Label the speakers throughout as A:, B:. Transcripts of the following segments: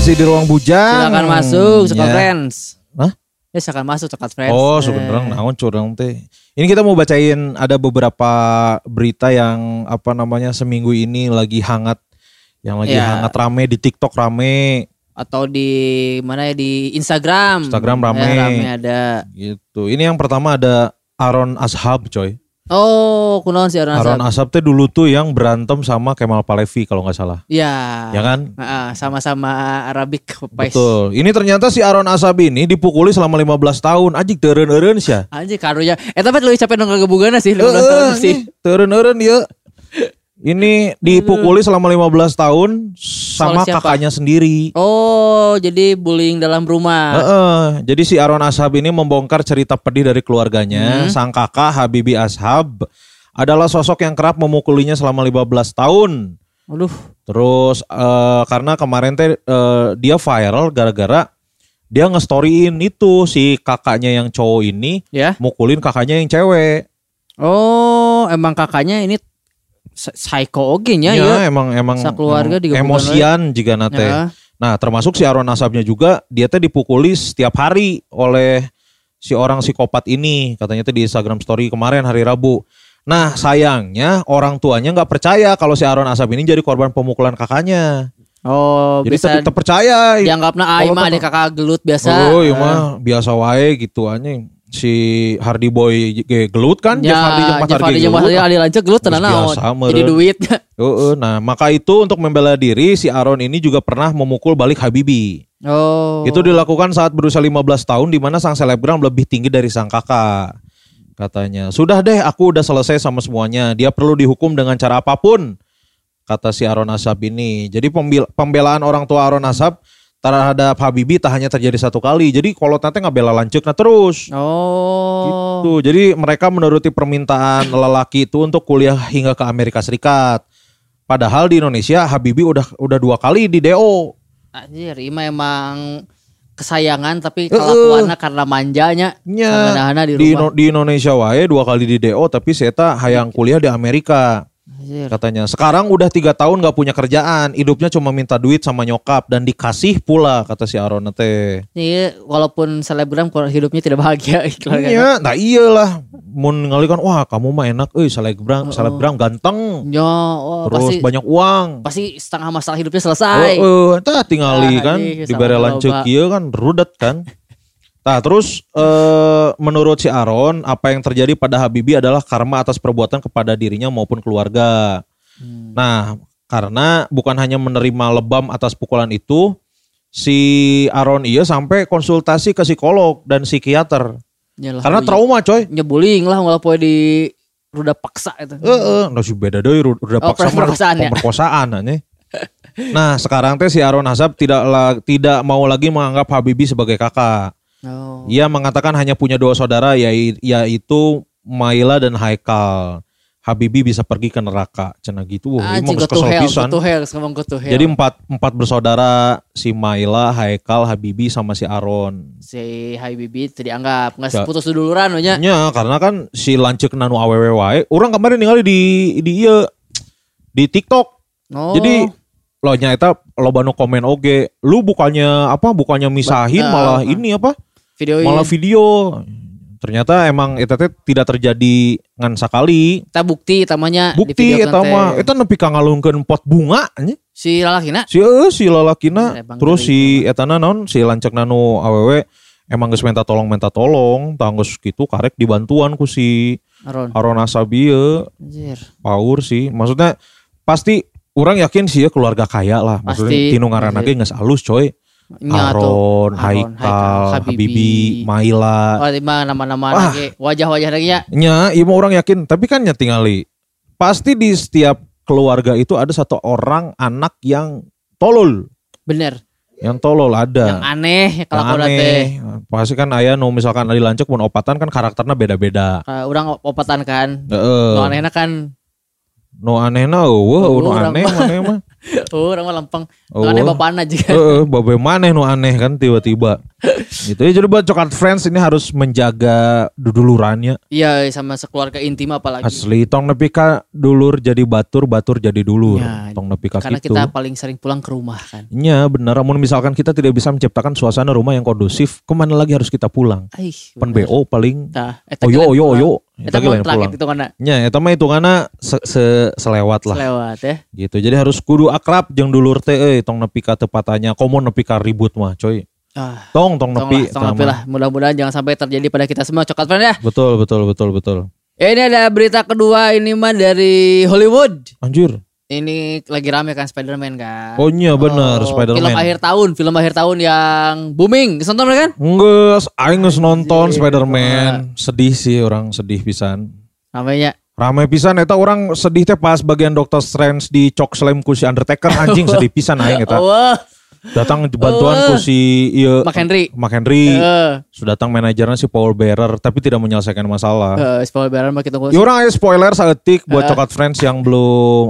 A: masih di ruang bujang.
B: Silakan masuk, Coklat Friends.
A: Hah?
B: Ya silakan masuk, Coklat Friends.
A: Oh, sebenarnya naon curang teh. Ini kita mau bacain ada beberapa berita yang seminggu ini lagi hangat. Yang lagi hangat rame di TikTok rame.
B: Atau di mana ya, di Instagram.
A: Instagram rame.
B: Ya, rame ada.
A: Gitu. Ini yang pertama ada Aaron Ashab coy.
B: Oh, kunaon si Aaron Ashab.
A: Aaron Ashab teh dulu tuh yang berantem sama Kemal Palevi kalau nggak salah.
B: Iya.
A: Ya kan?
B: Sama-sama Arabic Pais.
A: Betul. Ini ternyata si Aaron Ashab ini dipukuli selama 15 tahun. Ajik teureun-eureun sia.
B: Anjir karunya. Tapi lu capek nongkrong gebugana sih 15 tahun sih.
A: Teureun-eureun ieu. Ini dipukuli selama 15 tahun sama kakaknya sendiri.
B: Oh, jadi bullying dalam rumah.
A: Jadi si Aaron Ashab ini membongkar cerita pedih dari keluarganya. Sang kakak Habibie Ashab adalah sosok yang kerap memukulinya selama 15 tahun.
B: Aduh.
A: Terus karena kemarin dia viral gara-gara dia nge-storyin itu si kakaknya yang cowok ini mukulin kakaknya yang cewek.
B: Oh, emang kakaknya ini psycho oge nya ya.
A: Emang
B: sakeluarga
A: emosian juga nate. Ya. Nah, termasuk si Aaron Ashab-nya juga dia teh dipukuli setiap hari oleh si orang psikopat ini, katanya tuh di Instagram story kemarin hari Rabu. Nah, sayangnya orang tuanya nggak percaya kalau si Aaron Ashab ini jadi korban pemukulan kakaknya.
B: Oh,
A: jadi
B: bisa
A: tetap percaya.
B: Dianggapna mah ada kakak gelut biasa.
A: Oh, iya mah biasa wae gitu anjing. Si Hardy Boy gelut kan,
B: ya, Jeff Hardy jeung Mas Ali Lanceuk gelut tenan naon. Jadi duit.
A: Nah, maka itu untuk membela diri si Aaron ini juga pernah memukul balik Habibie.
B: Oh.
A: Itu dilakukan saat berusia 15 tahun di mana sang selebgram lebih tinggi dari sang kakak. Katanya, "Sudah deh, aku udah selesai sama semuanya. Dia perlu dihukum dengan cara apapun." Kata si Aaron Ashab ini. Jadi pembelaan orang tua Aaron Ashab terhadap Habibie tak hanya terjadi satu kali. Jadi kalau nanti nggak bela lanceukna terus.
B: Oh.
A: Gitu. Jadi mereka menuruti permintaan lelaki itu untuk kuliah hingga ke Amerika Serikat. Padahal di Indonesia Habibie udah 2 kali di DO.
B: Anjir, ini emang kesayangan tapi kelakuannya karena manjanya.
A: Di Indonesia wae 2 kali di DO tapi seta hayang kuliah di Amerika. Katanya sekarang udah 3 tahun gak punya kerjaan, hidupnya cuma minta duit sama nyokap dan dikasih pula, kata si Aaron teh.
B: Iya, walaupun selebgram hidupnya tidak bahagia.
A: Iya, nah iyalah, mun ngalikan wah kamu mah enak, selebgram ganteng, terus pasti, banyak uang,
B: pasti setengah masalah hidupnya selesai.
A: Tah tingali kan dibere lanceuk ieu kan rudet kan. Nah terus menurut si Aaron apa yang terjadi pada Habibie adalah karma atas perbuatan kepada dirinya maupun keluarga. Nah karena bukan hanya menerima lebam atas pukulan itu, si Aaron sampai konsultasi ke psikolog dan psikiater. Yalah, karena trauma coy.
B: Nyebuling lah walaupun di ruda paksa itu.
A: Nasi beda deh ruda paksa pemerkosaan ya. Nah sekarang teh si Aaron Ashab tidak mau lagi menganggap Habibie sebagai kakak. Ia mengatakan hanya punya 2 saudara yaitu Maila dan Haikal. Habibie bisa pergi ke neraka cenah gitu. Emang kesel pisan. Jadi 4 bersaudara, si Maila, Haikal, Habibie sama si Aaron.
B: Si Habibie tadi anggap nggak putus duluran nya.
A: Ya, karena kan si lanceuk nanu awewe wae. Urang kemarin ningali di TikTok. Jadi lo nyata loba nu komen oge. Lu bukannya misahin malah video. Ternyata emang eta teh tidak terjadi ngan sakali.
B: Eta bukti tamanya
A: bukti eta mah eta nepi ka ngalungkeun pot bunga nya.
B: Si lalakina.
A: Si lalakina. Terus si etana naon si lanceukna nu awewe emang geus minta tolong tanggus kitu karek dibantuan ku si Aaron Ashab ieu. Power sih. Maksudnya pasti urang yakin sih ya keluarga kaya lah. Maksudnya tinu ngaranna ge geus alus coy. Aaron, Haikal, Habibie, Maila.
B: Nama-nama lagi, wajah-wajah lagi ya.
A: Nya, iya orang yakin, tapi kan tingali. Pasti di setiap keluarga itu ada satu orang anak yang tolol.
B: Bener.
A: Yang tolol ada.
B: Yang aneh kelakuan teh.
A: Pasti kan aya nu misalkan Adi Lanceuk mun opatan kan karakternya beda-beda.
B: Urang opatan kan. Nu anehna kan
A: Nu anehna eueuh nu aneh maneh mah.
B: Urang mah lempeng. Aneh bapana juga.
A: Babe maneh nu aneh kan tiba-tiba. Gitu ya, jadi buat Coklat Friends ini harus menjaga dudulurannya.
B: Iya, sama sekeluarga intim apalagi.
A: Asli tong nepi ka dulur jadi batur jadi dulur.
B: Ya,
A: tong nepi ka
B: karena
A: kitu.
B: kita paling sering pulang ke rumah kan.
A: Iya benar, namun misalkan kita tidak bisa menciptakan suasana rumah yang kondusif, kemana lagi harus kita pulang? Pen BO paling.
B: Tah,
A: oyo.
B: Eta kontrak itu kana.
A: Nya, eta mah hitunganna selewat lah.
B: Selewat ya.
A: Gitu. Jadi harus kudu akrab jeung dulur teh tong nepi ka tepatanya, komo nepi ka ribut mah, coy. Tong nepi
B: lah. Mudah-mudahan jangan sampai terjadi pada kita semua, Coklat Friends ya.
A: Betul.
B: Ya, ini ada berita kedua ini mah dari Hollywood.
A: Anjir.
B: Ini lagi rame kan Spider-Man kan.
A: Oh iya benar Spider-Man.
B: Film akhir tahun yang booming. Nonton kan?
A: Enggak, aing geus nonton Spider-Man. Sedih sih, orang sedih pisan. Ramai pisan eta, orang sedih teh pas bagian Doctor Strange di cok slam ku si Undertaker, anjing sedih pisan aing eta. Datang bantuan ku si Mark Henry. Sudah datang manajernya si Paul Bearer tapi tidak menyelesaikan masalah.
B: Paul Bearer mah kita
A: orang aja spoiler saeutik buat Coklat Friends yang belum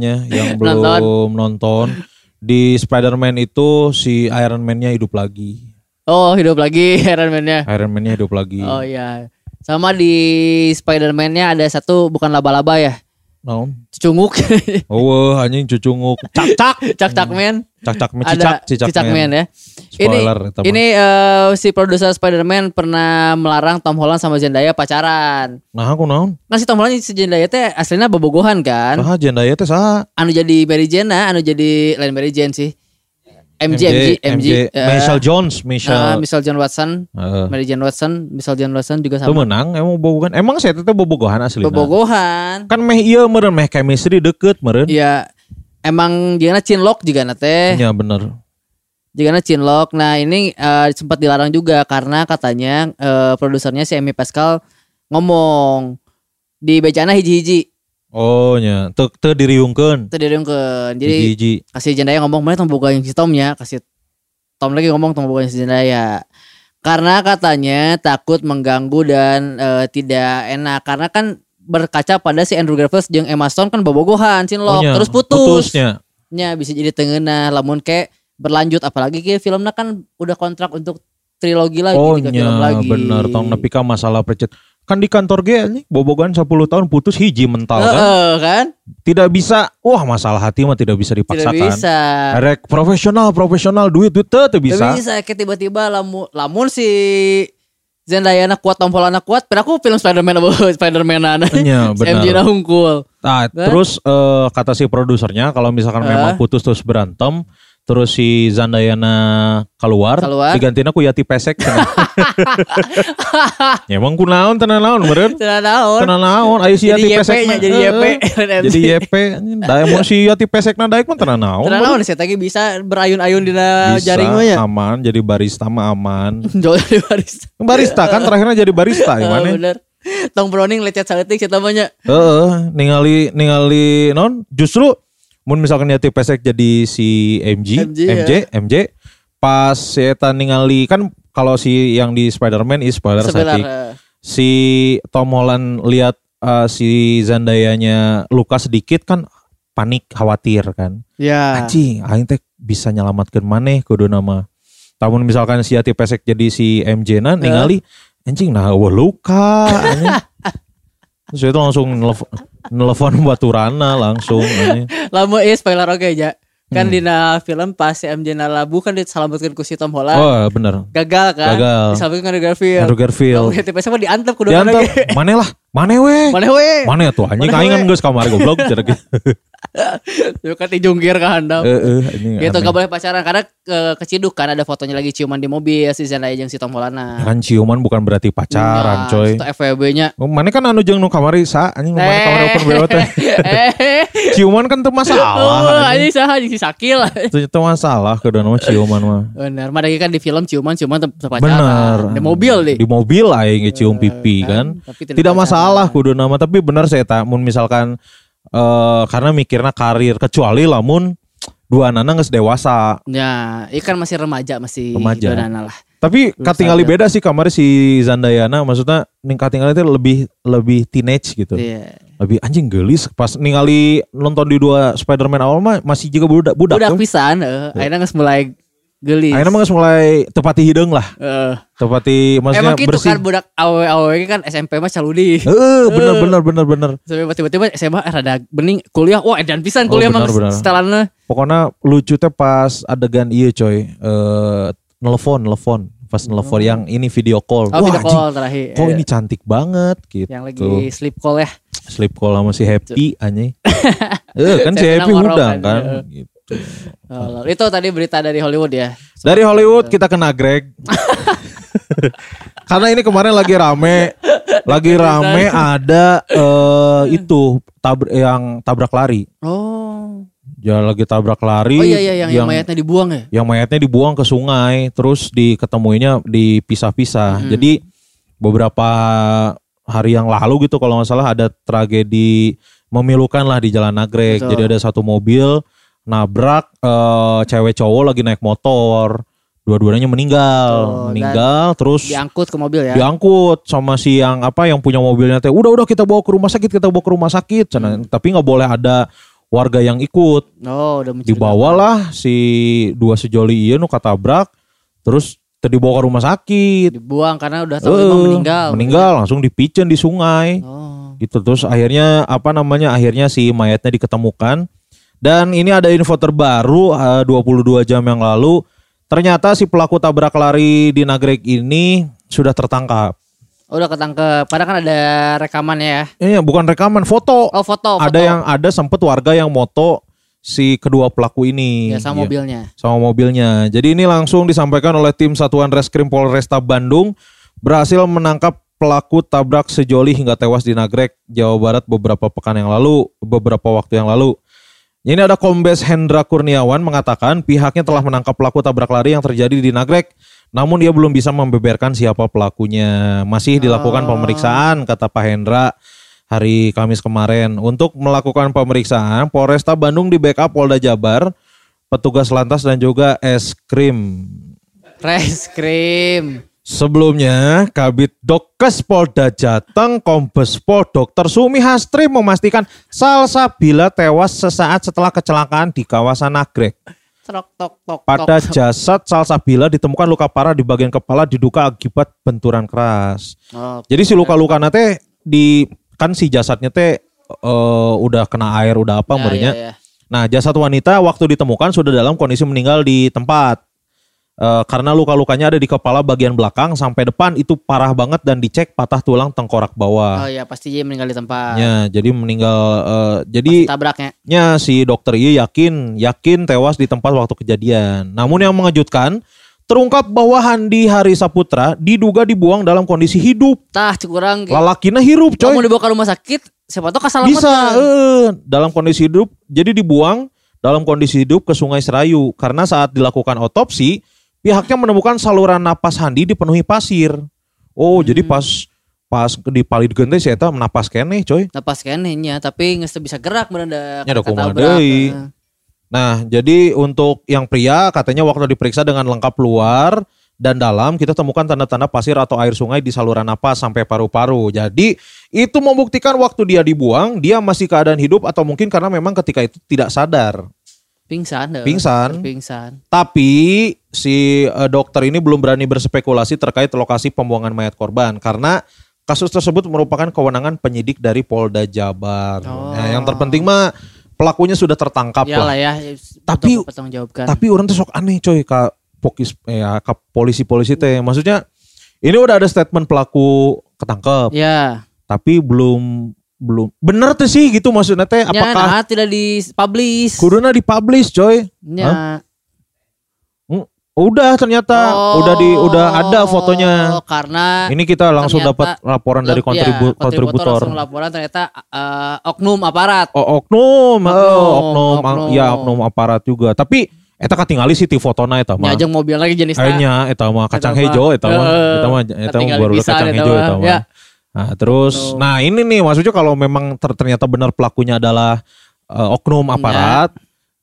A: belum nonton. Di Spider-Man itu si Iron Man-nya hidup lagi.
B: Oh, hidup lagi Iron Man-nya.
A: Iron Man-nya hidup lagi.
B: Oh iya. Sama di Spider-Man-nya ada satu bukan laba-laba ya.
A: Naon?
B: Cucunguk.
A: Anjing cucunguk.
B: Cak-cak man.
A: Cicak
B: man ya.
A: Spoiler,
B: ini si produser Spider-Man pernah melarang Tom Holland sama Zendaya pacaran.
A: Nah, aku naon?
B: Nah si Tom Holland si Zendaya teh aslinya bobogohan kan.
A: Saha Zendaya teh saha?
B: Anu jadi Mary Jane lain Mary Jane sih. MJ.
A: Michelle Jones
B: Watson. Mary Jane Watson, Michelle Jane Watson juga sama.
A: Tuh menang, emang bobogohan. Emang saya teh bobogohan aslina.
B: Bobogohan.
A: Kan meh chemistry deket meureun.
B: Iya. Emang jigana cinlok jigana teh.
A: Iya bener.
B: Jigana cinlok. Nah, ini sempat dilarang juga karena katanya produsernya si Amy Pascal ngomong di becana hiji-hiji.
A: Oh nya, teu diriungkeun.
B: Jadi hiji. Kasih Zendaya ngomong, "Mana tong boga yang si Tomnya?" Kasih Tom lagi ngomong tong boga yang si Zendaya. Karena katanya takut mengganggu dan tidak enak karena kan berkaca pada si Andrew Garfield jeung Emma Stone kan bobogohan cinlok terus putusnya. Nya bisa jadi tengeunah lamun kayak berlanjut apalagi kayak filmnya kan udah kontrak untuk trilogi lagi 3 film lagi.
A: Oh bener tong nepi ka masalah precet. Kan di kantor ge nih bobogohan 10 tahun putus hiji mental
B: kan.
A: Tidak bisa. Wah, masalah hati mah tidak bisa dipaksakan.
B: Tidak bisa.
A: Rek profesional duit teu bisa.
B: Tidak bisa kayak tiba-tiba lamun si Zendaya kuat, Tom Holland kuat, aku film Spider-Man
A: Iya, benar.
B: MJ na hungkul.
A: Nah, terus kata si produsernya kalau misalkan memang putus terus berantem, terus si Zendaya keluar. Digantina ku Yati Pesek. Ya emang kunaon tenan naon meureun? Tenan naon. Aya si Yati Pesek
B: jadi YP.
A: Jadi YP. Da emang si Yati Pesek daek mah tenan naon.
B: Tenan naon saya tadi bisa berayun-ayun dina jaring mah ya.
A: Aman, jadi barista mah aman.
B: Jadi barista.
A: Barista kan terakhirnya jadi barista gimana?
B: Bener. Tong Browning lecet saeutik eta mah nya.
A: ningali non justru mun misalkan Yati Pesek jadi si MJ pas eta ningali kan kalau si yang di Spider-Man spoiler satik. Si Tom Holland lihat si Zendayanya luka sedikit kan panik khawatir kan.
B: Ya.
A: Anjing aing teh bisa nyelamatkeun maneh kudu nama. Tamun misalkan si Yati Pesek jadi si MJ ningali anjing luka anjing. Terus itu langsung nelfon baturana langsung anjing.
B: Lamun spoiler oge aja. Kan dina film pas si MJ labu kan diselamatkeun ku si Tom Holland.
A: Oh bener.
B: Gagal kan. Diselamatkeun Andrew Garfield. Tapi mah diantep kudu
A: mana ge. Maneh we. Maneh tuh anjing aing geus kamari goblok cenah gitu.
B: Yo kan dijungkir ka handap. Gitu gak boleh pacaran karena keciduk kan ada fotonya lagi ciuman di mobil si Zendaya jeung si Tom Holland.
A: Kan ciuman bukan berarti pacaran coy.
B: Itu FWB-nya.
A: Maneh kan anu jeung nu kamari sa anjing maneh kamari open BO teh. Ciuman kan teu masalah.
B: Anjing saha jeung si Sakil.
A: Itu masalah kudu mah ciuman mah.
B: Bener, mah kan di film ciuman teu pacaran. Di mobil
A: Di mobil aing cium pipi kan. Tidak masalah kudu nama tapi bener saya tak mun misalkan karena mikirnya karir kecuali lamun dua anak geus dewasa.
B: Ya, ikan masih remaja. Dua anak lah.
A: Tapi katingali beda sih kamar si Zandayana, maksudnya ning katingali itu lebih teenage gitu.
B: Iya.
A: Lebih anjing gelis pas ningali nonton di 2 Spider-Man awal mah masih juga budak
B: tuh. Pisan, akhirnya geus mulai gelis.
A: Akhirnya mah geus mulai tepati hideung lah. Tepati maksudnya
B: emang
A: bersih.
B: Emang gitu kan budak awe-awe kan SMP mah caludi.
A: Bener.
B: Sampai tiba-tiba SMA rada bening kuliah, wah edan pisan kuliah mah setelanna.
A: Pokoknya lucu teh pas adegan ieu coy. Nelfon pas nelfon yang ini video call.
B: Wah, video call terakhir.
A: Kok ini cantik banget gitu.
B: Yang lagi sleep call ya.
A: Sleep call sama si Happy anjing. Kan si Happy udah kan gitu.
B: Itu tadi berita dari Hollywood ya.
A: Dari Hollywood kita kena Greg. Karena ini kemarin lagi rame ada itu yang tabrak lari. Ya lagi tabrak lari.
B: Oh iya yang mayatnya dibuang ya?
A: Yang mayatnya dibuang ke sungai, terus diketemuinya dipisah-pisah. Jadi beberapa hari yang lalu gitu kalau nggak salah ada tragedi memilukan lah di Jalan Nagreg. Betul. Jadi ada satu mobil nabrak cewek cowok lagi naik motor. Dua-duanya meninggal terus
B: diangkut ke mobil ya.
A: Diangkut sama si yang punya mobilnya teh. Udah kita bawa ke rumah sakit. Tapi nggak boleh ada warga yang ikut. Dibawalah si 2 sejoli ieu nu katabrak terus dibawa ke rumah sakit.
B: Dibuang karena udah tahu emang
A: meninggal langsung dipicen di sungai. Gitu terus akhirnya akhirnya si mayatnya diketemukan. Dan ini ada info terbaru 22 jam yang lalu ternyata si pelaku tabrak lari di Nagreg ini sudah tertangkap.
B: Udah ketangkep. Padahal kan ada rekamannya ya.
A: Iya, bukan rekaman, foto.
B: Oh, foto.
A: Ada sempet warga yang moto si kedua pelaku ini.
B: Ya, sama mobilnya.
A: Sama mobilnya. Jadi ini langsung disampaikan oleh tim Satuan Reskrim Polresta Bandung berhasil menangkap pelaku tabrak sejoli hingga tewas di Nagreg, Jawa Barat beberapa waktu yang lalu. Ini ada Kombes Hendra Kurniawan mengatakan pihaknya telah menangkap pelaku tabrak lari yang terjadi di Nagreg. Namun dia belum bisa membeberkan siapa pelakunya. Masih dilakukan pemeriksaan, kata Pak Hendra hari Kamis kemarin. Untuk melakukan pemeriksaan, Polresta Bandung di backup Polda Jabar, petugas lantas dan juga Reskrim. Sebelumnya, Kabid Dokes Polda Jateng, Kombes Pol Dr. Sumi Hastri memastikan Salsabila tewas sesaat setelah kecelakaan di kawasan Nagreg. Pada jasad Salsabila ditemukan luka parah di bagian kepala diduga akibat benturan keras. Jadi si luka-luka nate si jasadnya udah kena air udah merinya. Ya. Nah jasad wanita waktu ditemukan sudah dalam kondisi meninggal di tempat. Karena luka-lukanya ada di kepala bagian belakang sampai depan itu parah banget dan dicek patah tulang tengkorak bawah.
B: Oh iya pasti dia meninggal di tempat.
A: Ya jadi meninggal jadi
B: tabraknya.
A: Ya si dokter iya yakin tewas di tempat waktu kejadian. Namun yang mengejutkan terungkap bahwa Handi Hari Saputra diduga dibuang dalam kondisi hidup.
B: Tah kurang.
A: Lalakina hirup coy.
B: Mau dibawa ke rumah sakit siapa tahu kesalamatan.
A: Bisa dalam kondisi hidup jadi dibuang dalam kondisi hidup ke Sungai Serayu karena saat dilakukan otopsi pihaknya menemukan saluran napas Handi dipenuhi pasir. Jadi pas di palidgeun teh si eta napas keneh coy.
B: Napas kenehnya tapi geus bisa gerak berendak.
A: Nya da kumaha deui. Nah, jadi untuk yang pria katanya waktu diperiksa dengan lengkap luar dan dalam kita temukan tanda-tanda pasir atau air sungai di saluran napas sampai paru-paru. Jadi itu membuktikan waktu dia dibuang dia masih keadaan hidup atau mungkin karena memang ketika itu tidak sadar. Pingsan. Tapi si dokter ini belum berani berspekulasi terkait lokasi pembuangan mayat korban karena kasus tersebut merupakan kewenangan penyidik dari Polda Jabar. Nah, yang terpenting mah pelakunya sudah tertangkap lah.
B: Ya.
A: Tapi orang tuh sok aneh coy ka polisi-polisi teh. Maksudnya ini udah ada statement pelaku ketangkep.
B: Ya.
A: Tapi belum bener tuh sih gitu maksudnya teh apakah
B: tidak dipublish?
A: Kuduna dipublish coy.
B: Ya.
A: Udah ternyata udah ada fotonya.
B: Karena
A: ini kita langsung dapat laporan dari kontributor.
B: Langsung laporan ternyata oknum aparat.
A: Oknum aparat juga. Tapi eta katingali sih ti fotona eta mah.
B: Nyajeng mobil lagi jenisnya.
A: Kayaknya eta mah kacang hijau eta mah baru kacang hijau eta mah. Ya. Nah terus, nah ini nih maksudnya kalau memang ternyata benar pelakunya adalah oknum aparat,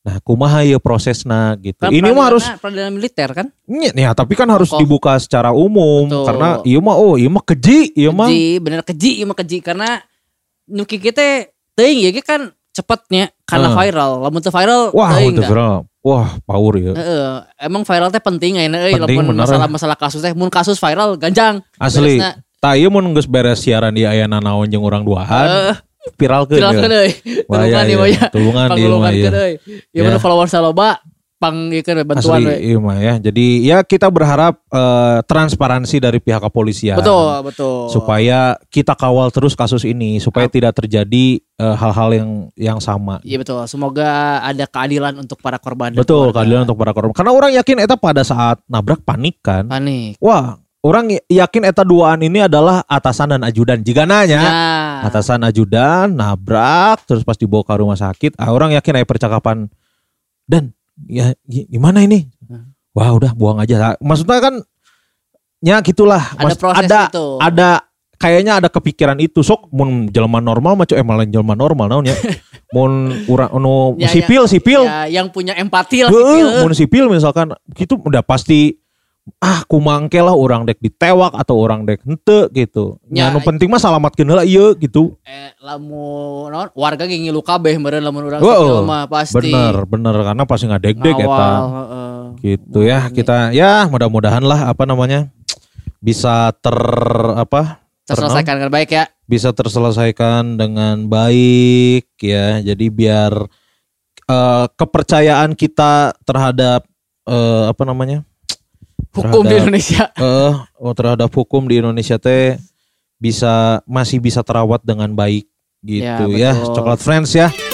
A: Nah, kumaha ya prosesna gitu.
B: Kan
A: ini mah harus
B: peradilan militer kan?
A: Ya, tapi kan harus dibuka secara umum. Betul. Karena ieu mah keji,
B: bener keji karena nuki kita teuing ya kan cepetnya karena viral. Lamun teu viral teuing
A: viral. Wah, power ya.
B: Emang viral teh penting lamun masalah kasus teh mun kasus viral ganjang.
A: Asli. Tah ieu mun geus beres siaran di ayana naon jeung urang duahan. Viral ke
B: deui. Tulungan
A: ieu
B: deui. Ya mun followers loba pang ieu bantuan
A: we. Iya mah ya. Jadi ya kita berharap transparansi dari pihak kepolisian.
B: Betul.
A: Supaya kita kawal terus kasus ini supaya tidak terjadi hal-hal yang sama.
B: Iya betul. Semoga ada keadilan untuk para korban.
A: Betul, keadilan untuk para korban. Karena orang yakin eta pada saat nabrak panik kan. Wah, orang yakin eta duaan ini adalah atasan dan ajudan. Jika nanya, atasan ajudan nabrak terus pas dibawa ke rumah sakit, orang yakin ada percakapan dan ya gimana ini? Wah udah buang aja. Maksudnya kan ya gitulah. Ada kayaknya ada kepikiran itu. Sok mun jelema normal mah malah jelema normal naon ya. Mun urang sipil.
B: Ya, yang punya empati lah
A: sipil. Mun sipil misalkan gitu udah pasti kumangke lah orang dek ditewak atau orang dek henteu gitu. Ya nu penting mah salamatkeun heula ieu gitu.
B: Lamun warga ge ngilu kabeh meureun lamun urang sipil mah pasti.
A: Bener karena pasti ngadeg-deg eta. Gitu ya. Kita ya mudah-mudahan lah bisa
B: terselesaikan dengan baik ya.
A: Bisa terselesaikan dengan baik ya. Jadi biar kepercayaan kita terhadap
B: hukum di Indonesia.
A: Terhadap hukum di Indonesia masih bisa terawat dengan baik gitu ya. Coklat Friends ya.